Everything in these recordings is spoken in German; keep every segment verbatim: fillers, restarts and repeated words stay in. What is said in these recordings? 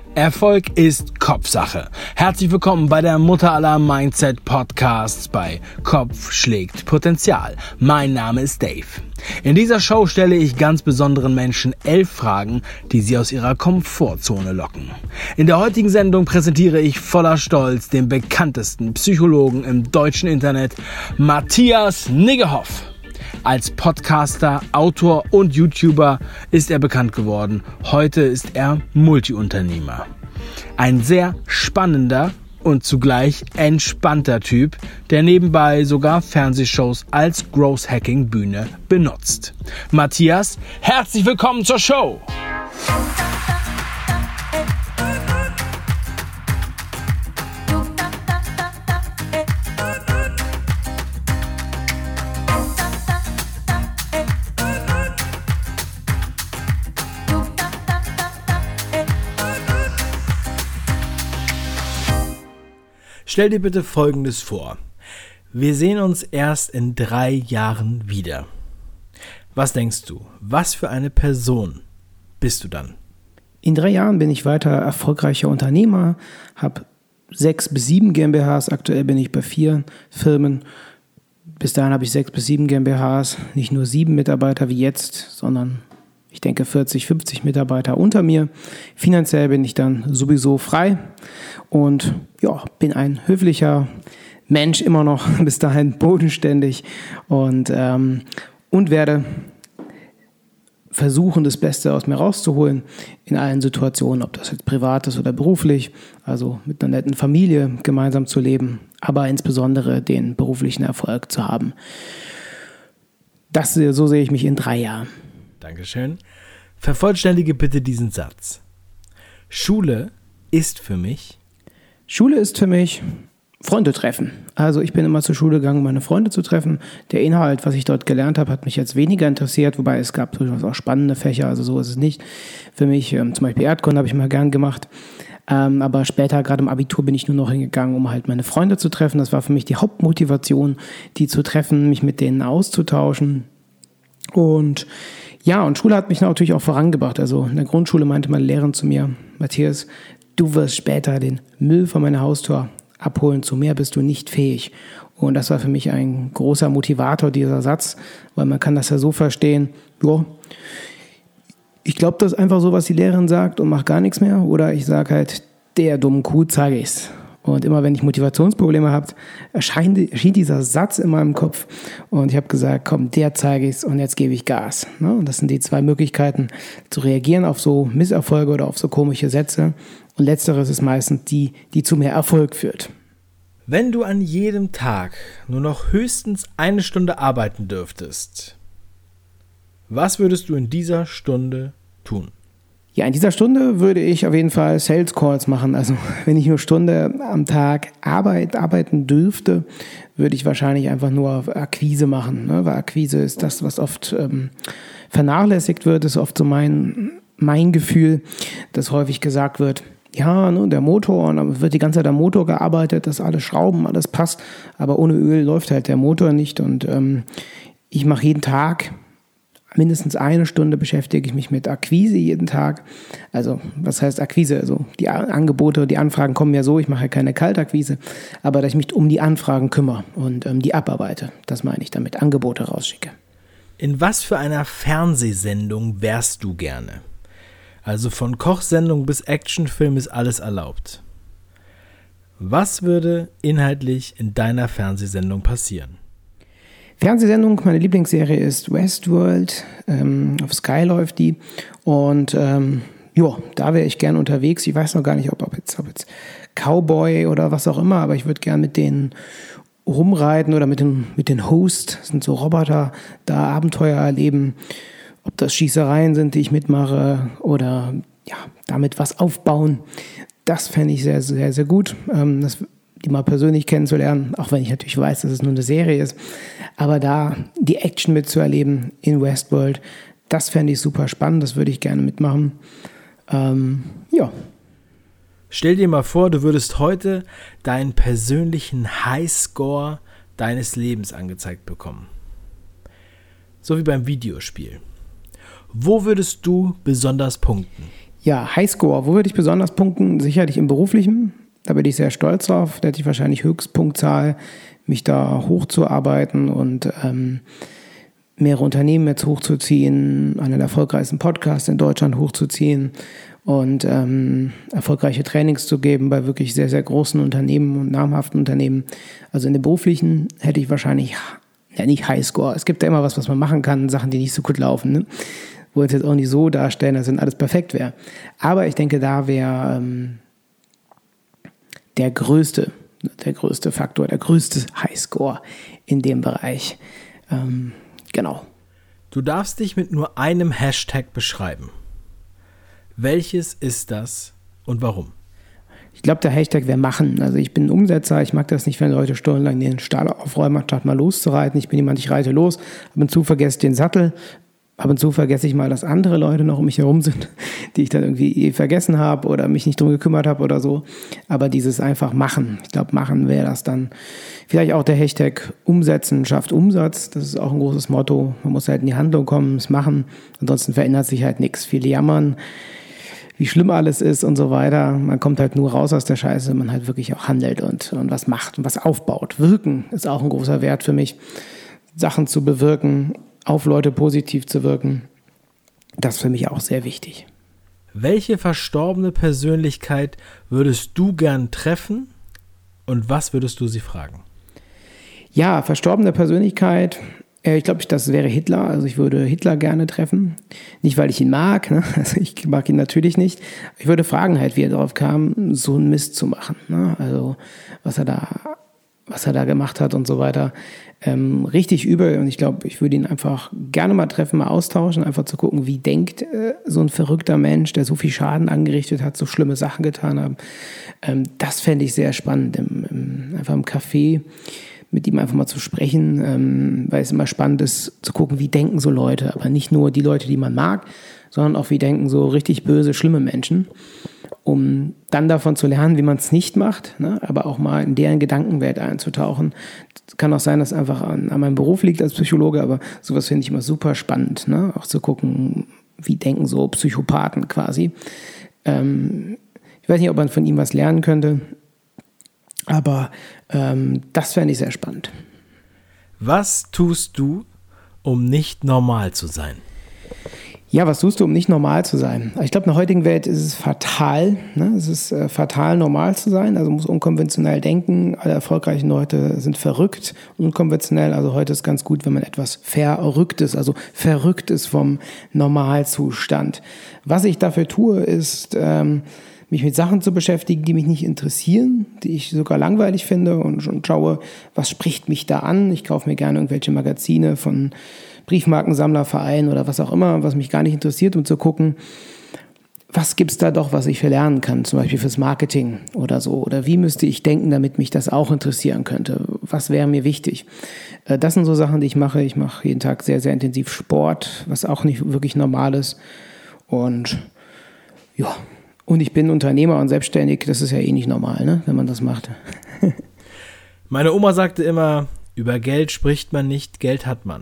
Erfolg ist Kopfsache. Herzlich willkommen bei der Mutter aller Mindset Podcasts bei Kopf schlägt Potenzial. Mein Name ist Dave. In dieser Show stelle ich ganz besonderen Menschen elf Fragen, die sie aus ihrer Komfortzone locken. In der heutigen Sendung präsentiere ich voller Stolz den bekanntesten Psychologen im deutschen Internet, Matthias Niggehoff. Als Podcaster, Autor und YouTuber ist er bekannt geworden. Heute ist er Multiunternehmer. Ein sehr spannender und zugleich entspannter Typ, der nebenbei sogar Fernsehshows als Growth Hacking Bühne benutzt. Matthias, herzlich willkommen zur Show! Stell dir bitte Folgendes vor. Wir sehen uns erst in drei Jahren wieder. Was denkst du? Was für eine Person bist du dann? In drei Jahren bin ich weiter erfolgreicher Unternehmer, habe sechs bis sieben GmbHs, aktuell bin ich bei vier Firmen. Bis dahin habe ich sechs bis sieben GmbHs, nicht nur sieben Mitarbeiter wie jetzt, sondern ich denke vierzig, fünfzig Mitarbeiter unter mir. Finanziell bin ich dann sowieso frei und ja, bin ein höflicher Mensch, immer noch bis dahin bodenständig und, ähm, und werde versuchen, das Beste aus mir rauszuholen in allen Situationen, ob das jetzt privat ist oder beruflich, also mit einer netten Familie gemeinsam zu leben, aber insbesondere den beruflichen Erfolg zu haben. Das, so sehe ich mich in drei Jahren. Dankeschön. Vervollständige bitte diesen Satz. Schule ist für mich... Schule ist für mich Freunde treffen. Also ich bin immer zur Schule gegangen, um meine Freunde zu treffen. Der Inhalt, was ich dort gelernt habe, hat mich jetzt weniger interessiert, wobei es gab durchaus auch spannende Fächer, also so ist es nicht. Für mich, ähm, zum Beispiel Erdkunde habe ich mal gern gemacht. Ähm, aber später, gerade im Abitur, bin ich nur noch hingegangen, um halt meine Freunde zu treffen. Das war für mich die Hauptmotivation, die zu treffen, mich mit denen auszutauschen. Und ja, und Schule hat mich natürlich auch vorangebracht. Also in der Grundschule meinte meine Lehrerin zu mir, Matthias, du wirst später den Müll von meiner Haustür abholen, zu mehr bist du nicht fähig. Und das war für mich ein großer Motivator, dieser Satz, weil man kann das ja so verstehen, ja, ich glaube das ist einfach so, was die Lehrerin sagt und mache gar nichts mehr. Oder ich sage halt, der dummen Kuh zeige ich's. Und immer wenn ich Motivationsprobleme habe, erscheint, erschien dieser Satz in meinem Kopf. Und ich habe gesagt, komm, der zeige ich's und jetzt gebe ich Gas. Und das sind die zwei Möglichkeiten, zu reagieren auf so Misserfolge oder auf so komische Sätze. Und letzteres ist meistens die, die zu mehr Erfolg führt. Wenn du an jedem Tag nur noch höchstens eine Stunde arbeiten dürftest, was würdest du in dieser Stunde tun? Ja, in dieser Stunde würde ich auf jeden Fall Sales Calls machen. Also wenn ich nur eine Stunde am Tag Arbeit, arbeiten dürfte, würde ich wahrscheinlich einfach nur Akquise machen. Ne? Weil Akquise ist das, was oft ähm, vernachlässigt wird. Das ist oft so mein, mein Gefühl, dass häufig gesagt wird, ja, ne, der Motor, und dann wird die ganze Zeit am Motor gearbeitet, dass alle Schrauben, alles passt. Aber ohne Öl läuft halt der Motor nicht. Und ähm, ich mache jeden Tag mindestens eine Stunde beschäftige ich mich mit Akquise jeden Tag. Also, was heißt Akquise? Also, die Angebote, die Anfragen kommen ja so, ich mache ja keine Kaltakquise, aber dass ich mich um die Anfragen kümmere und ähm, die abarbeite. Das meine ich damit, Angebote rausschicke. In was für einer Fernsehsendung wärst du gerne? Also von Kochsendung bis Actionfilm ist alles erlaubt. Was würde inhaltlich in deiner Fernsehsendung passieren? Fernsehsendung, meine Lieblingsserie ist Westworld, ähm, auf Sky läuft die und ähm, ja, da wäre ich gern unterwegs. Ich weiß noch gar nicht, ob, ob, jetzt, ob jetzt Cowboy oder was auch immer, aber ich würde gern mit denen rumreiten oder mit den, mit den Host, das sind so Roboter, da Abenteuer erleben, ob das Schießereien sind, die ich mitmache oder ja, damit was aufbauen. Das fände ich sehr, sehr, sehr gut. Ähm, das die mal persönlich kennenzulernen, auch wenn ich natürlich weiß, dass es nur eine Serie ist. Aber da die Action mitzuerleben in Westworld, das fände ich super spannend, das würde ich gerne mitmachen. Ähm, ja. Stell dir mal vor, du würdest heute deinen persönlichen Highscore deines Lebens angezeigt bekommen. So wie beim Videospiel. Wo würdest du besonders punkten? Ja, Highscore, wo würde ich besonders punkten? Sicherlich im Beruflichen. Da bin ich sehr stolz drauf. Da hätte ich wahrscheinlich Höchstpunktzahl, mich da hochzuarbeiten und ähm, mehrere Unternehmen jetzt hochzuziehen, einen der erfolgreichsten Podcasts in Deutschland hochzuziehen und ähm, erfolgreiche Trainings zu geben bei wirklich sehr, sehr großen Unternehmen und namhaften Unternehmen. Also in den beruflichen hätte ich wahrscheinlich, ja nicht Highscore. Es gibt ja immer was, was man machen kann, Sachen, die nicht so gut laufen, ne? Wo wir uns jetzt auch nicht so darstellen, dass dann alles perfekt wäre. Aber ich denke, da wäre ähm, der größte, der größte Faktor, der größte Highscore in dem Bereich. Ähm, genau. Du darfst dich mit nur einem Hashtag beschreiben. Welches ist das und warum? Ich glaube, der Hashtag wäre machen. Also ich bin ein Umsetzer, ich mag das nicht, wenn Leute stundenlang den Stall aufräumen, anstatt mal loszureiten. Ich bin jemand, ich reite los, ab und zu vergesse ich den Sattel, ab und zu vergesse ich mal, dass andere Leute noch um mich herum sind, die ich dann irgendwie vergessen habe oder mich nicht drum gekümmert habe oder so. Aber dieses einfach machen, ich glaube, machen wäre das dann. Vielleicht auch der Hashtag umsetzen schafft Umsatz, das ist auch ein großes Motto. Man muss halt in die Handlung kommen, es machen, ansonsten verändert sich halt nichts. Viele jammern, wie schlimm alles ist und so weiter. Man kommt halt nur raus aus der Scheiße, wenn man halt wirklich auch handelt und, und was macht und was aufbaut. Wirken ist auch ein großer Wert für mich, Sachen zu bewirken, auf Leute positiv zu wirken. Das ist für mich auch sehr wichtig. Welche verstorbene Persönlichkeit würdest du gern treffen und was würdest du sie fragen? Ja, verstorbene Persönlichkeit, ich glaube, das wäre Hitler. Also ich würde Hitler gerne treffen. Nicht, weil ich ihn mag, ne? Also ich mag ihn natürlich nicht. Ich würde fragen halt, wie er darauf kam, so einen Mist zu machen, ne? Also was er da, was er da gemacht hat und so weiter. Ähm, richtig übel und ich glaube, ich würde ihn einfach gerne mal treffen, mal austauschen, einfach zu gucken, wie denkt äh, so ein verrückter Mensch, der so viel Schaden angerichtet hat, so schlimme Sachen getan hat. Ähm, das fände ich sehr spannend, im, im, einfach im Café mit ihm einfach mal zu sprechen, ähm, weil es immer spannend ist, zu gucken, wie denken so Leute, aber nicht nur die Leute, die man mag, sondern auch wie denken so richtig böse, schlimme Menschen, um dann davon zu lernen, wie man es nicht macht, ne? Aber auch mal in deren Gedankenwelt einzutauchen. Es kann auch sein, dass es einfach an, an meinem Beruf liegt als Psychologe, aber sowas finde ich immer super spannend, ne? Auch zu gucken, wie denken so Psychopathen quasi. Ähm, ich weiß nicht, ob man von ihm was lernen könnte, aber ähm, das fände ich sehr spannend. Was tust du, um nicht normal zu sein? Ja, was tust du, um nicht normal zu sein? Ich glaube, in der heutigen Welt ist es fatal. Ne? Es ist äh, fatal, normal zu sein. Also muss unkonventionell denken. Alle erfolgreichen Leute sind verrückt, unkonventionell. Also heute ist ganz gut, wenn man etwas verrückt ist, also verrückt ist vom Normalzustand. Was ich dafür tue, ist, ähm, mich mit Sachen zu beschäftigen, die mich nicht interessieren, die ich sogar langweilig finde und, und schaue, was spricht mich da an. Ich kaufe mir gerne irgendwelche Magazine von Briefmarkensammlerverein oder was auch immer, was mich gar nicht interessiert, um zu gucken, was gibt es da doch, was ich verlernen kann, zum Beispiel fürs Marketing oder so. Oder wie müsste ich denken, damit mich das auch interessieren könnte? Was wäre mir wichtig? Das sind so Sachen, die ich mache. Ich mache jeden Tag sehr, sehr intensiv Sport, was auch nicht wirklich normal ist. Und ja, und ich bin Unternehmer und selbstständig. Das ist ja eh nicht normal, ne, wenn man das macht. Meine Oma sagte immer, über Geld spricht man nicht, Geld hat man.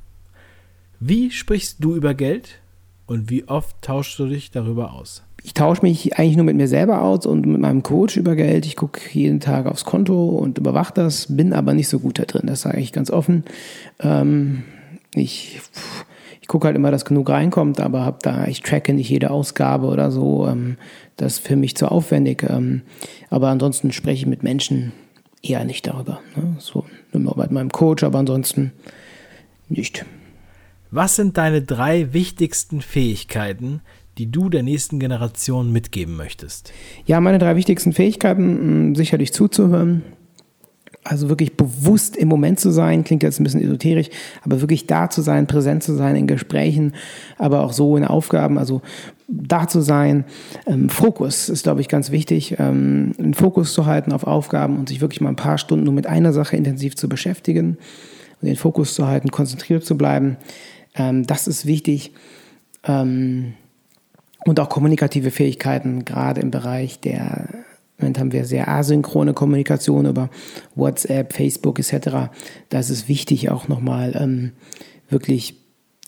Wie sprichst du über Geld und wie oft tauschst du dich darüber aus? Ich tausche mich eigentlich nur mit mir selber aus und mit meinem Coach über Geld. Ich gucke jeden Tag aufs Konto und überwache das, bin aber nicht so gut da drin, das sage ich ganz offen. Ähm, ich ich gucke halt immer, dass genug reinkommt, aber hab da, ich tracke nicht jede Ausgabe oder so. Ähm, das ist für mich zu aufwendig. Ähm, aber ansonsten spreche ich mit Menschen eher nicht darüber. Ne? So, nur mit meinem Coach, aber ansonsten nicht. Was sind deine drei wichtigsten Fähigkeiten, die du der nächsten Generation mitgeben möchtest? Ja, meine drei wichtigsten Fähigkeiten, sicherlich zuzuhören. Also wirklich bewusst im Moment zu sein, klingt jetzt ein bisschen esoterisch, aber wirklich da zu sein, präsent zu sein in Gesprächen, aber auch so in Aufgaben, also da zu sein. Ähm, Fokus ist, glaube ich, ganz wichtig, ähm, einen Fokus zu halten auf Aufgaben und sich wirklich mal ein paar Stunden nur mit einer Sache intensiv zu beschäftigen und den Fokus zu halten, konzentriert zu bleiben. Ähm, das ist wichtig. Ähm, und auch kommunikative Fähigkeiten, gerade im Bereich der, im Moment haben wir sehr asynchrone Kommunikation über WhatsApp, Facebook et cetera. Da ist es wichtig, auch nochmal ähm, wirklich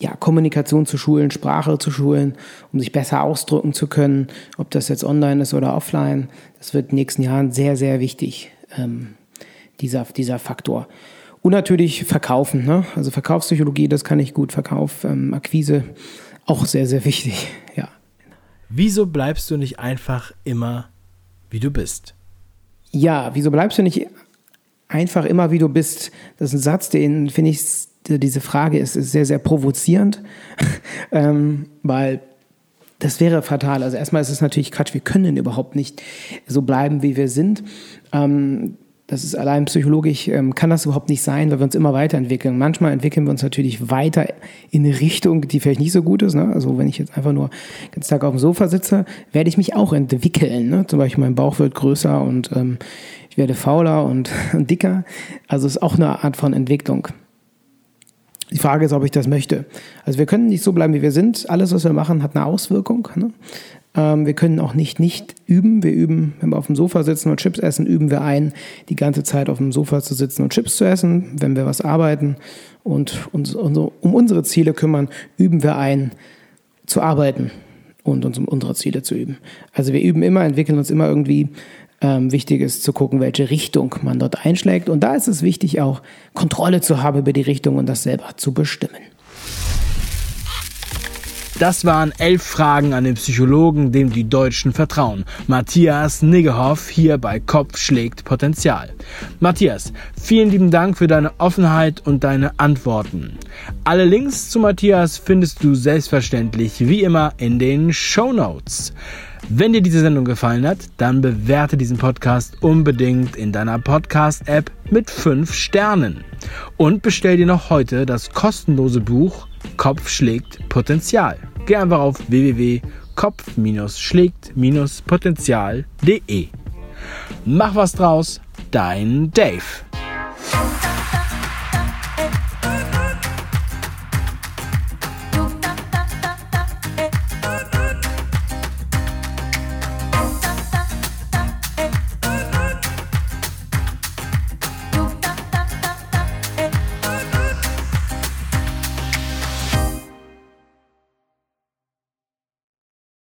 ja, Kommunikation zu schulen, Sprache zu schulen, um sich besser ausdrücken zu können, ob das jetzt online ist oder offline. Das wird in den nächsten Jahren sehr, sehr wichtig, ähm, dieser, dieser Faktor. Und natürlich Verkaufen, ne? Also Verkaufspsychologie, das kann ich gut. Verkauf, ähm, Akquise, auch sehr, sehr wichtig, ja. Wieso bleibst du nicht einfach immer, wie du bist? Ja, wieso bleibst du nicht einfach immer, wie du bist? Das ist ein Satz, den finde ich, diese Frage ist, ist sehr, sehr provozierend, ähm, weil das wäre fatal. Also erstmal ist es natürlich Quatsch, wir können überhaupt nicht so bleiben, wie wir sind. Ähm, das ist allein psychologisch, ähm, kann das überhaupt nicht sein, weil wir uns immer weiterentwickeln. Manchmal entwickeln wir uns natürlich weiter in eine Richtung, die vielleicht nicht so gut ist. Ne? Also wenn ich jetzt einfach nur den ganzen Tag auf dem Sofa sitze, werde ich mich auch entwickeln. Ne? Zum Beispiel mein Bauch wird größer und ähm, ich werde fauler und, und dicker. Also es ist auch eine Art von Entwicklung. Die Frage ist, ob ich das möchte. Also wir können nicht so bleiben, wie wir sind. Alles, was wir machen, hat eine Auswirkung. Ne? Ähm, wir können auch nicht nicht üben. Wir üben, wenn wir auf dem Sofa sitzen und Chips essen, üben wir ein, die ganze Zeit auf dem Sofa zu sitzen und Chips zu essen. Wenn wir was arbeiten und uns um unsere Ziele kümmern, üben wir ein, zu arbeiten und uns um unsere Ziele zu üben. Also wir üben immer, entwickeln uns immer irgendwie. Ähm, wichtig ist zu gucken, welche Richtung man dort einschlägt. Und da ist es wichtig, auch Kontrolle zu haben über die Richtung und das selber zu bestimmen. Das waren elf Fragen an den Psychologen, dem die Deutschen vertrauen. Matthias Niggehoff hier bei Kopf schlägt Potenzial. Matthias, vielen lieben Dank für deine Offenheit und deine Antworten. Alle Links zu Matthias findest du selbstverständlich wie immer in den Shownotes. Wenn dir diese Sendung gefallen hat, dann bewerte diesen Podcast unbedingt in deiner Podcast-App mit fünf Sternen. Und bestell dir noch heute das kostenlose Buch Kopf schlägt Potenzial. Geh einfach auf w w w punkt kopf schlägt potenzial punkt de. Mach was draus, dein Dave.